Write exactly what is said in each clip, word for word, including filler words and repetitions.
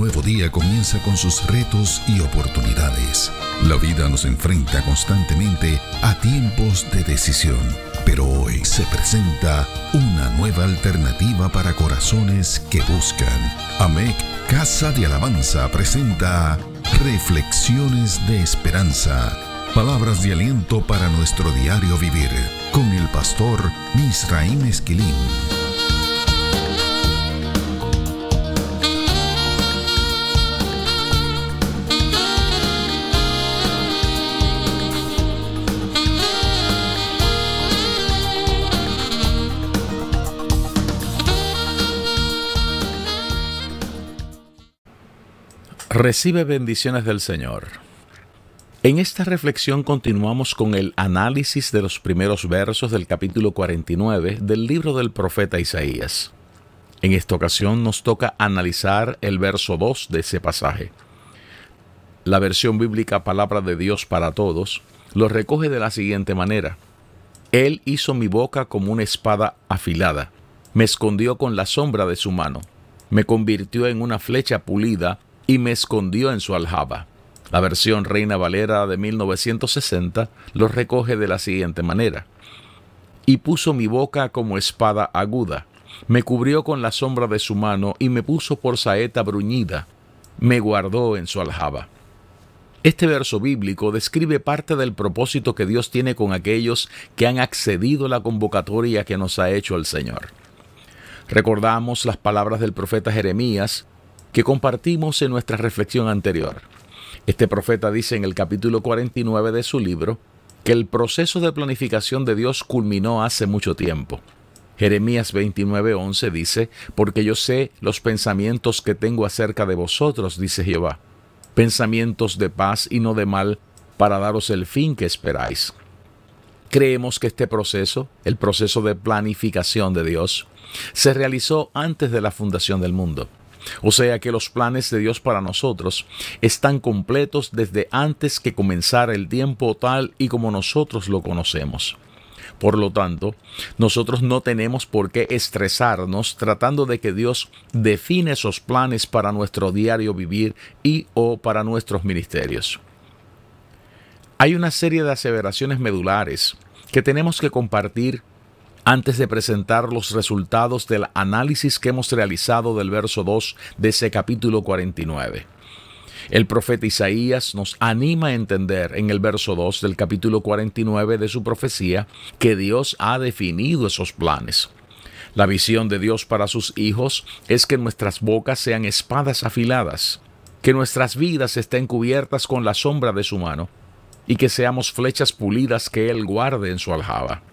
nuevo día comienza con sus retos y oportunidades. La vida nos enfrenta constantemente a tiempos de decisión, pero hoy se presenta una nueva alternativa para corazones que buscan. A M E C Casa de Alabanza presenta Reflexiones de Esperanza. Palabras de aliento para nuestro diario vivir, con el pastor Misraim Esquilín. Recibe bendiciones del Señor. En esta reflexión continuamos con el análisis de los primeros versos del capítulo cuarenta y nueve del libro del profeta Isaías. En esta ocasión nos toca analizar el verso dos de ese pasaje. La versión bíblica Palabra de Dios para Todos lo recoge de la siguiente manera: Él hizo mi boca como una espada afilada, me escondió con la sombra de su mano, me convirtió en una flecha pulida y me escondió en su aljaba. La versión Reina Valera de mil novecientos sesenta lo recoge de la siguiente manera: y puso mi boca como espada aguda, me cubrió con la sombra de su mano y me puso por saeta bruñida, me guardó en su aljaba. Este verso bíblico describe parte del propósito que Dios tiene con aquellos que han accedido a la convocatoria que nos ha hecho el Señor. Recordamos las palabras del profeta Jeremías que compartimos en nuestra reflexión anterior. Este profeta dice en el capítulo cuarenta y nueve de su libro que el proceso de planificación de Dios culminó hace mucho tiempo. Jeremías veintinueve once dice: porque yo sé los pensamientos que tengo acerca de vosotros, dice Jehová, pensamientos de paz y no de mal, para daros el fin que esperáis. Creemos que este proceso, el proceso de planificación de Dios, se realizó antes de la fundación del mundo. O sea que los planes de Dios para nosotros están completos desde antes que comenzara el tiempo tal y como nosotros lo conocemos. Por lo tanto, nosotros no tenemos por qué estresarnos tratando de que Dios define esos planes para nuestro diario vivir y o para nuestros ministerios. Hay una serie de aseveraciones medulares que tenemos que compartir antes de presentar los resultados del análisis que hemos realizado del verso dos de ese capítulo cuarenta y nueve. El profeta Isaías nos anima a entender en el verso dos del capítulo cuarenta y nueve de su profecía que Dios ha definido esos planes. La visión de Dios para sus hijos es que nuestras bocas sean espadas afiladas, que nuestras vidas estén cubiertas con la sombra de su mano y que seamos flechas pulidas que Él guarde en su aljaba.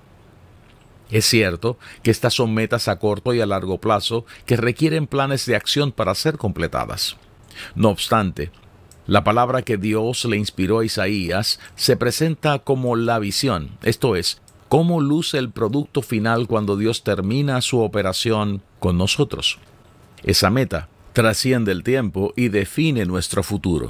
Es cierto que estas son metas a corto y a largo plazo que requieren planes de acción para ser completadas. No obstante, la palabra que Dios le inspiró a Isaías se presenta como la visión, esto es, cómo luce el producto final cuando Dios termina su operación con nosotros. Esa meta trasciende el tiempo y define nuestro futuro.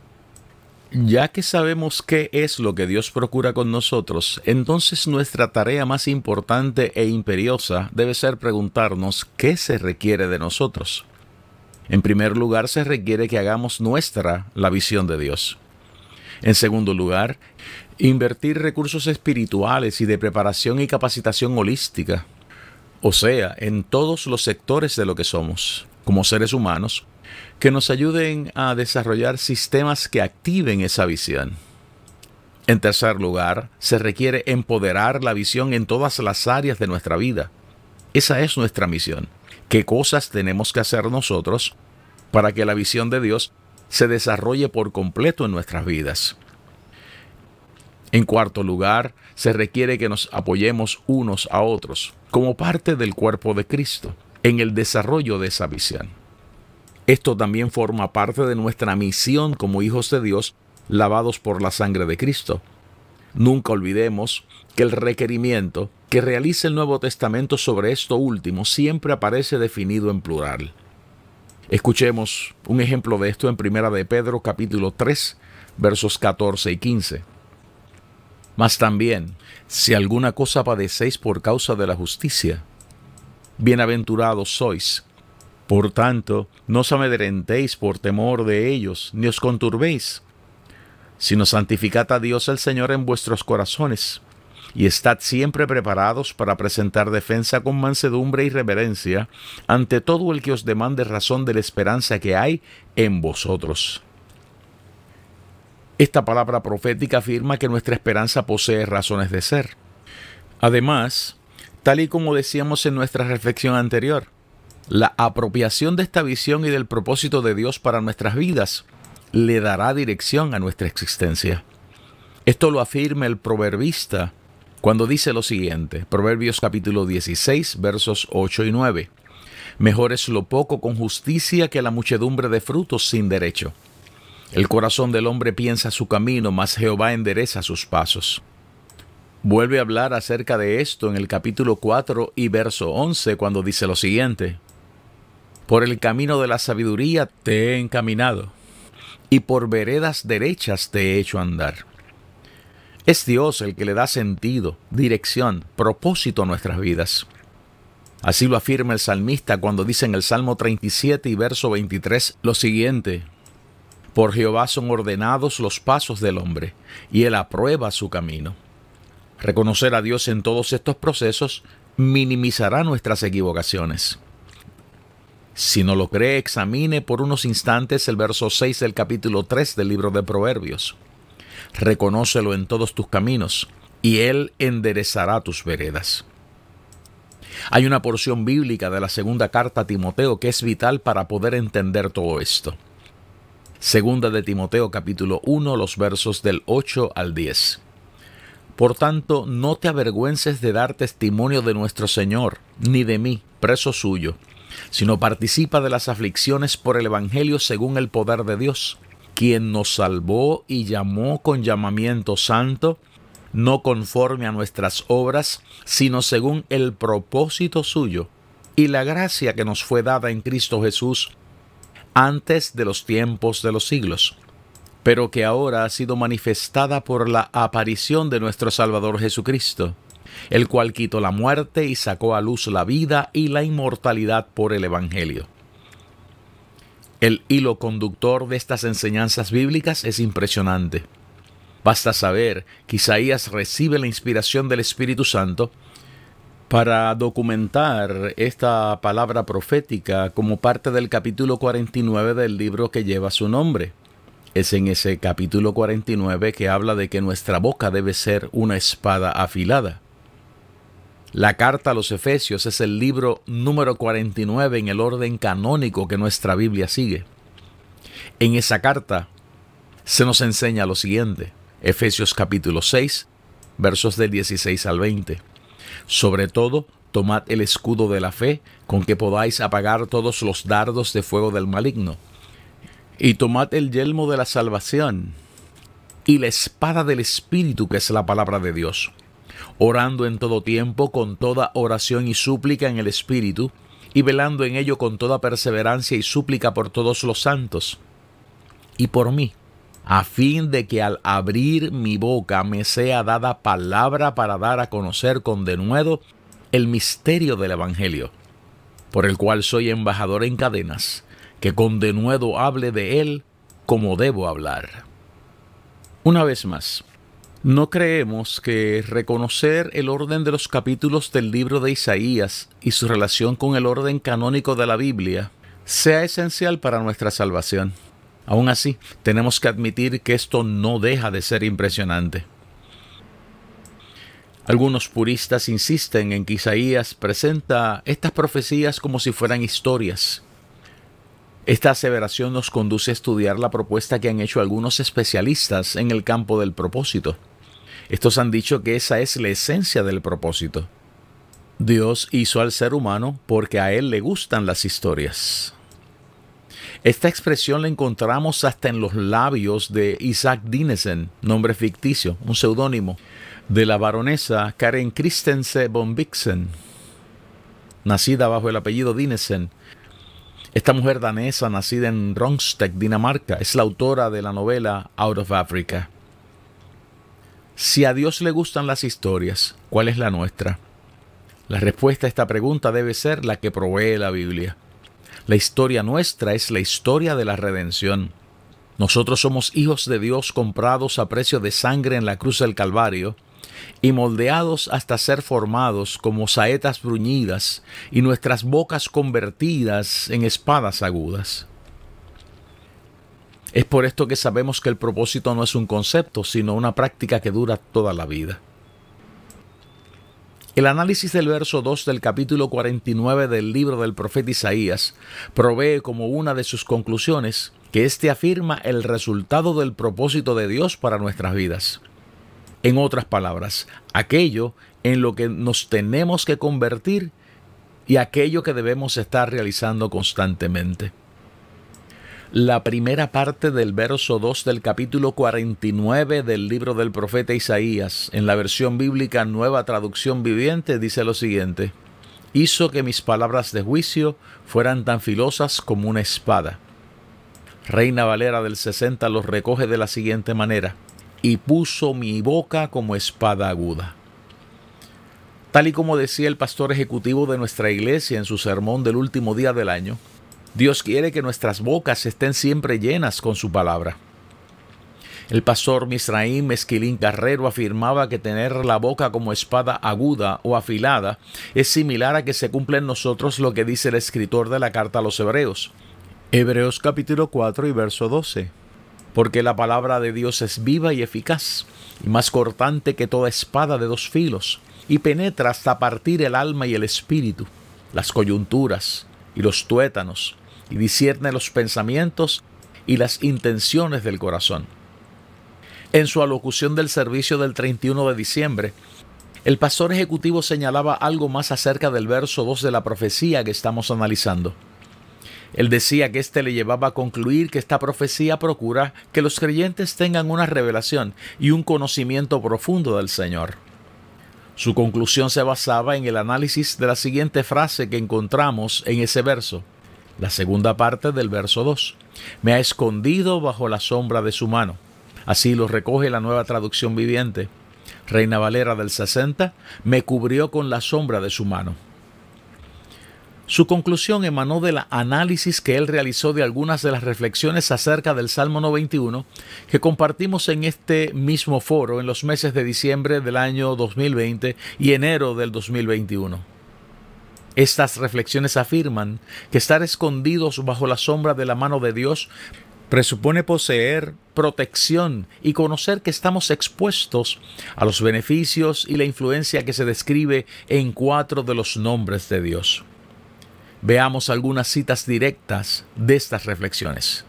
Ya que sabemos qué es lo que Dios procura con nosotros, entonces nuestra tarea más importante e imperiosa debe ser preguntarnos qué se requiere de nosotros. En primer lugar, se requiere que hagamos nuestra la visión de Dios. En segundo lugar, invertir recursos espirituales y de preparación y capacitación holística, o sea, en todos los sectores de lo que somos, como seres humanos, que nos ayuden a desarrollar sistemas que activen esa visión. En tercer lugar, se requiere empoderar la visión en todas las áreas de nuestra vida. Esa es nuestra misión. ¿Qué cosas tenemos que hacer nosotros para que la visión de Dios se desarrolle por completo en nuestras vidas? En cuarto lugar, se requiere que nos apoyemos unos a otros, como parte del cuerpo de Cristo, en el desarrollo de esa visión. Esto también forma parte de nuestra misión como hijos de Dios, lavados por la sangre de Cristo. Nunca olvidemos que el requerimiento que realiza el Nuevo Testamento sobre esto último siempre aparece definido en plural. Escuchemos un ejemplo de esto en Primera de Pedro, capítulo tres, versos catorce y quince. Mas también, si alguna cosa padecéis por causa de la justicia, bienaventurados sois, Por tanto, no os amedrentéis por temor de ellos, ni os conturbéis, sino santificad a Dios el Señor en vuestros corazones, y estad siempre preparados para presentar defensa con mansedumbre y reverencia ante todo el que os demande razón de la esperanza que hay en vosotros. Esta palabra profética afirma que nuestra esperanza posee razones de ser. Además, tal y como decíamos en nuestra reflexión anterior, la apropiación de esta visión y del propósito de Dios para nuestras vidas le dará dirección a nuestra existencia. Esto lo afirma el proverbista cuando dice lo siguiente, Proverbios capítulo dieciséis, versos ocho y nueve. Mejor es lo poco con justicia que la muchedumbre de frutos sin derecho. El corazón del hombre piensa su camino, mas Jehová endereza sus pasos. Vuelve a hablar acerca de esto en el capítulo cuatro y verso once, cuando dice lo siguiente. Por el camino de la sabiduría te he encaminado, y por veredas derechas te he hecho andar. Es Dios el que le da sentido, dirección, propósito a nuestras vidas. Así lo afirma el salmista cuando dice en el Salmo treinta y siete y verso veintitrés lo siguiente. Por Jehová son ordenados los pasos del hombre, y él aprueba su camino. Reconocer a Dios en todos estos procesos minimizará nuestras equivocaciones. Si no lo cree, examine por unos instantes el verso seis del capítulo tres del libro de Proverbios. Reconócelo en todos tus caminos, y Él enderezará tus veredas. Hay una porción bíblica de la segunda carta a Timoteo que es vital para poder entender todo esto. Segunda de Timoteo capítulo uno, los versos del ocho al diez. Por tanto, no te avergüences de dar testimonio de nuestro Señor, ni de mí, preso suyo, sino participa de las aflicciones por el Evangelio según el poder de Dios, quien nos salvó y llamó con llamamiento santo, no conforme a nuestras obras, sino según el propósito suyo y la gracia que nos fue dada en Cristo Jesús antes de los tiempos de los siglos, pero que ahora ha sido manifestada por la aparición de nuestro Salvador Jesucristo, el cual quitó la muerte y sacó a luz la vida y la inmortalidad por el Evangelio. El hilo conductor de estas enseñanzas bíblicas es impresionante. Basta saber que Isaías recibe la inspiración del Espíritu Santo para documentar esta palabra profética como parte del capítulo cuarenta y nueve del libro que lleva su nombre. Es en ese capítulo cuarenta y nueve que habla de que nuestra boca debe ser una espada afilada. La carta a los Efesios es el libro número cuarenta y nueve en el orden canónico que nuestra Biblia sigue. En esa carta se nos enseña lo siguiente. Efesios capítulo seis, versos del dieciséis al veinte. Sobre todo, tomad el escudo de la fe, con que podáis apagar todos los dardos de fuego del maligno. Y tomad el yelmo de la salvación y la espada del Espíritu, que es la palabra de Dios, orando en todo tiempo con toda oración y súplica en el Espíritu, y velando en ello con toda perseverancia y súplica por todos los santos, y por mí, a fin de que al abrir mi boca me sea dada palabra para dar a conocer con denuedo el misterio del Evangelio, por el cual soy embajador en cadenas, que con denuedo hable de él como debo hablar. Una vez más, no creemos que reconocer el orden de los capítulos del libro de Isaías y su relación con el orden canónico de la Biblia sea esencial para nuestra salvación. Aún así, tenemos que admitir que esto no deja de ser impresionante. Algunos puristas insisten en que Isaías presenta estas profecías como si fueran historias. Esta aseveración nos conduce a estudiar la propuesta que han hecho algunos especialistas en el campo del propósito. Estos han dicho que esa es la esencia del propósito. Dios hizo al ser humano porque a él le gustan las historias. Esta expresión la encontramos hasta en los labios de Isaac Dinesen, nombre ficticio, un seudónimo, de la baronesa Karen Christensen von Vixen, nacida bajo el apellido Dinesen. Esta mujer danesa, nacida en Rungsted, Dinamarca, es la autora de la novela Out of Africa. Si a Dios le gustan las historias, ¿cuál es la nuestra? La respuesta a esta pregunta debe ser la que provee la Biblia. La historia nuestra es la historia de la redención. Nosotros somos hijos de Dios comprados a precio de sangre en la cruz del Calvario y moldeados hasta ser formados como saetas bruñidas y nuestras bocas convertidas en espadas agudas. Es por esto que sabemos que el propósito no es un concepto, sino una práctica que dura toda la vida. El análisis del verso dos del capítulo cuarenta y nueve del libro del profeta Isaías provee como una de sus conclusiones que éste afirma el resultado del propósito de Dios para nuestras vidas. En otras palabras, aquello en lo que nos tenemos que convertir y aquello que debemos estar realizando constantemente. La primera parte del verso dos del capítulo cuarenta y nueve del libro del profeta Isaías, en la versión bíblica Nueva Traducción Viviente, dice lo siguiente: hizo que mis palabras de juicio fueran tan filosas como una espada. Reina Valera del sesenta los recoge de la siguiente manera: y puso mi boca como espada aguda. Tal y como decía el pastor ejecutivo de nuestra iglesia en su sermón del último día del año, Dios quiere que nuestras bocas estén siempre llenas con su palabra. El pastor Misraim Esquilín Carrero afirmaba que tener la boca como espada aguda o afilada es similar a que se cumple en nosotros lo que dice el escritor de la carta a los Hebreos. Hebreos capítulo cuatro y verso doce. Porque la palabra de Dios es viva y eficaz, y más cortante que toda espada de dos filos, y penetra hasta partir el alma y el espíritu, las coyunturas y los tuétanos, y discierne los pensamientos y las intenciones del corazón. En su alocución del servicio del treinta y uno de diciembre, el pastor ejecutivo señalaba algo más acerca del verso dos de la profecía que estamos analizando. Él decía que éste le llevaba a concluir que esta profecía procura que los creyentes tengan una revelación y un conocimiento profundo del Señor. Su conclusión se basaba en el análisis de la siguiente frase que encontramos en ese verso, la segunda parte del verso dos. Me ha escondido bajo la sombra de su mano. Así lo recoge la Nueva Traducción Viviente. Reina Valera del sesenta, me cubrió con la sombra de su mano. Su conclusión emanó del análisis que él realizó de algunas de las reflexiones acerca del Salmo noventa y uno que compartimos en este mismo foro en los meses de diciembre del año dos mil veinte y enero del dos mil veintiuno. Estas reflexiones afirman que estar escondidos bajo la sombra de la mano de Dios presupone poseer protección y conocer que estamos expuestos a los beneficios y la influencia que se describe en cuatro de los nombres de Dios. Veamos algunas citas directas de estas reflexiones.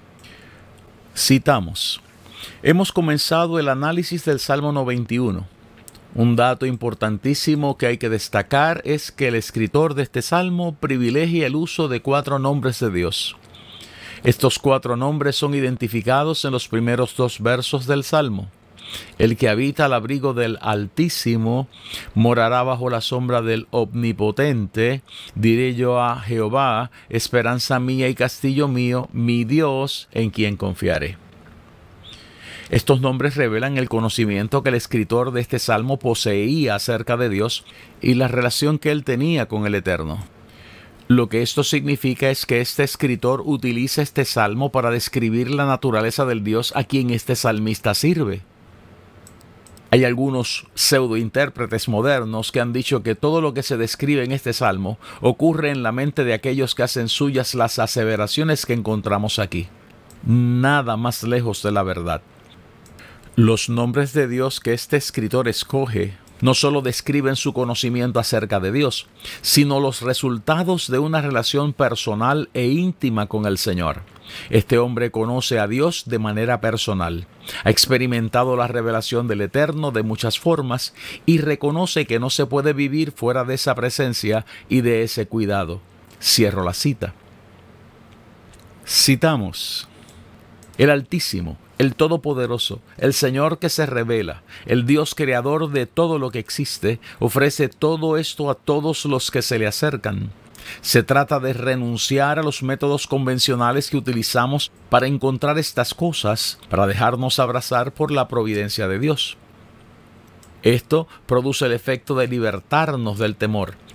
Citamos: hemos comenzado el análisis del Salmo noventa y uno. Un dato importantísimo que hay que destacar es que el escritor de este salmo privilegia el uso de cuatro nombres de Dios. Estos cuatro nombres son identificados en los primeros dos versos del salmo. El que habita al abrigo del Altísimo morará bajo la sombra del Omnipotente. Diré yo a Jehová, esperanza mía y castillo mío, mi Dios, en quien confiaré. Estos nombres revelan el conocimiento que el escritor de este salmo poseía acerca de Dios y la relación que él tenía con el Eterno. Lo que esto significa es que este escritor utiliza este salmo para describir la naturaleza del Dios a quien este salmista sirve. Hay algunos pseudointérpretes modernos que han dicho que todo lo que se describe en este salmo ocurre en la mente de aquellos que hacen suyas las aseveraciones que encontramos aquí. Nada más lejos de la verdad. Los nombres de Dios que este escritor escoge no solo describen su conocimiento acerca de Dios, sino los resultados de una relación personal e íntima con el Señor. Este hombre conoce a Dios de manera personal, ha experimentado la revelación del Eterno de muchas formas y reconoce que no se puede vivir fuera de esa presencia y de ese cuidado. Cierro la cita. Citamos: el Altísimo, el Todopoderoso, el Señor que se revela, el Dios creador de todo lo que existe, ofrece todo esto a todos los que se le acercan. Se trata de renunciar a los métodos convencionales que utilizamos para encontrar estas cosas, para dejarnos abrazar por la providencia de Dios. Esto produce el efecto de libertarnos del temor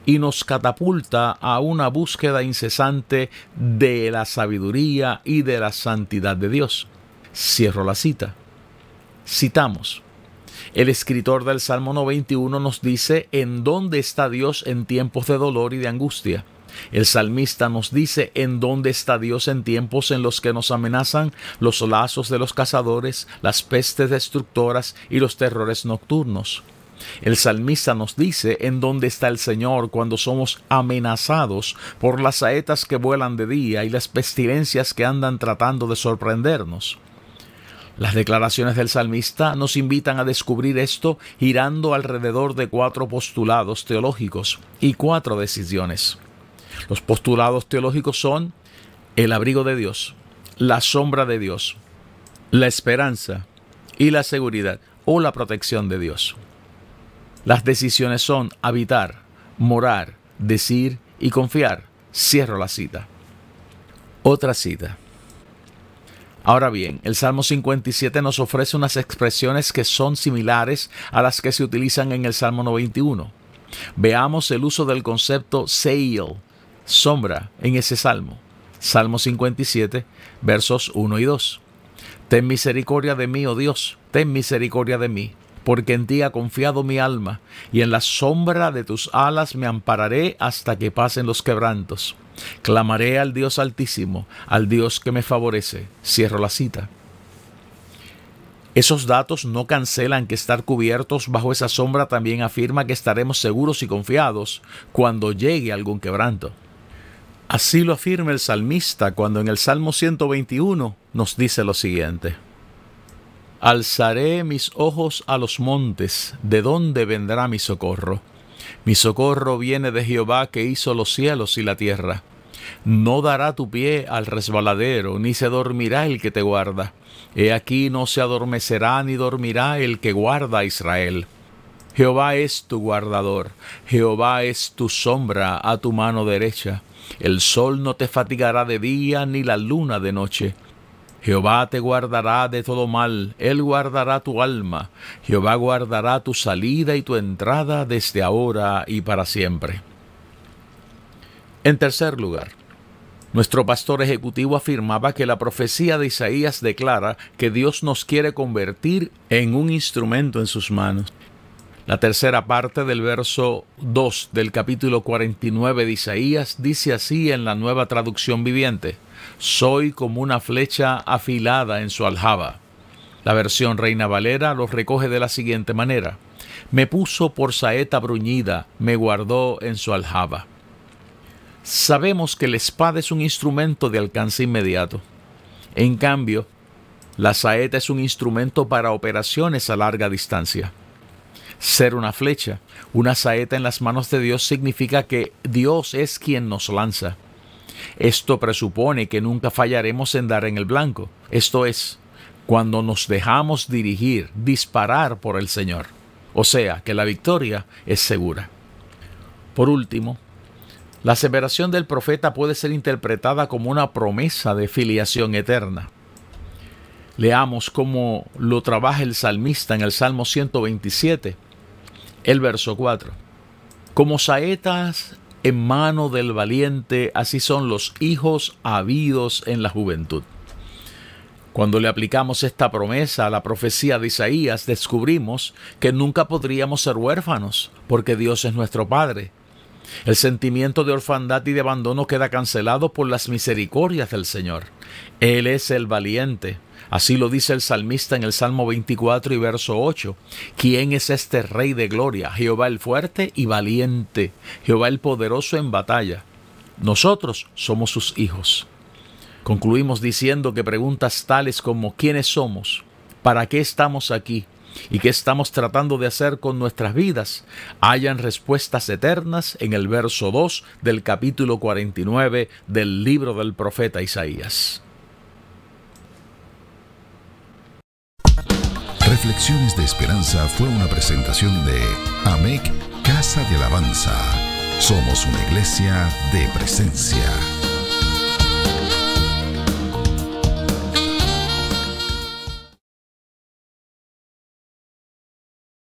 y nos catapulta a una búsqueda incesante de la sabiduría y de la santidad de Dios. Cierro la cita. Citamos. El escritor del Salmo noventa y uno nos dice en dónde está Dios en tiempos de dolor y de angustia. El salmista nos dice en dónde está Dios en tiempos en los que nos amenazan los lazos de los cazadores, las pestes destructoras y los terrores nocturnos. El salmista nos dice en dónde está el Señor cuando somos amenazados por las saetas que vuelan de día y las pestilencias que andan tratando de sorprendernos. Las declaraciones del salmista nos invitan a descubrir esto girando alrededor de cuatro postulados teológicos y cuatro decisiones. Los postulados teológicos son el abrigo de Dios, la sombra de Dios, la esperanza y la seguridad o la protección de Dios. Las decisiones son habitar, morar, decir y confiar. Cierro la cita. Otra cita. Ahora bien, el Salmo cincuenta y siete nos ofrece unas expresiones que son similares a las que se utilizan en el Salmo noventa y uno. Veamos el uso del concepto seil, sombra, en ese salmo. Salmo cincuenta y siete, versos uno y dos. Ten misericordia de mí, oh Dios, ten misericordia de mí, porque en ti ha confiado mi alma, y en la sombra de tus alas me ampararé hasta que pasen los quebrantos. Clamaré al Dios Altísimo, al Dios que me favorece. Cierro la cita. Esos datos no cancelan que estar cubiertos bajo esa sombra también afirma que estaremos seguros y confiados cuando llegue algún quebranto. Así lo afirma el salmista cuando en el Salmo ciento veintiuno nos dice lo siguiente. Alzaré mis ojos a los montes, ¿de dónde vendrá mi socorro? Mi socorro viene de Jehová que hizo los cielos y la tierra. No dará tu pie al resbaladero, ni se dormirá el que te guarda. He aquí no se adormecerá ni dormirá el que guarda a Israel. Jehová es tu guardador, Jehová es tu sombra a tu mano derecha. El sol no te fatigará de día, ni la luna de noche. Jehová te guardará de todo mal, Él guardará tu alma. Jehová guardará tu salida y tu entrada desde ahora y para siempre. En tercer lugar, nuestro pastor ejecutivo afirmaba que la profecía de Isaías declara que Dios nos quiere convertir en un instrumento en sus manos. La tercera parte del verso dos del capítulo cuarenta y nueve de Isaías dice así en la Nueva Traducción Viviente: soy como una flecha afilada en su aljaba. La versión Reina Valera lo recoge de la siguiente manera: me puso por saeta bruñida, me guardó en su aljaba. Sabemos que la espada es un instrumento de alcance inmediato. En cambio, la saeta es un instrumento para operaciones a larga distancia. Ser una flecha, una saeta en las manos de Dios significa que Dios es quien nos lanza. Esto presupone que nunca fallaremos en dar en el blanco. Esto es, cuando nos dejamos dirigir, disparar por el Señor. O sea, que la victoria es segura. Por último, la aseveración del profeta puede ser interpretada como una promesa de filiación eterna. Leamos cómo lo trabaja el salmista en el Salmo ciento veintisiete, el verso cuatro. Como saetas en mano del valiente, así son los hijos habidos en la juventud. Cuando le aplicamos esta promesa a la profecía de Isaías, descubrimos que nunca podríamos ser huérfanos, porque Dios es nuestro Padre. El sentimiento de orfandad y de abandono queda cancelado por las misericordias del Señor. Él es el valiente. Así lo dice el salmista en el Salmo veinticuatro y verso ocho. ¿Quién es este Rey de gloria? Jehová el fuerte y valiente, Jehová el poderoso en batalla. Nosotros somos sus hijos. Concluimos diciendo que preguntas tales como ¿quiénes somos? ¿Para qué estamos aquí? ¿Y qué estamos tratando de hacer con nuestras vidas? Hayan respuestas eternas en el verso dos del capítulo cuarenta y nueve del libro del profeta Isaías. Reflexiones de Esperanza fue una presentación de A M E C Casa de Alabanza. Somos una iglesia de presencia.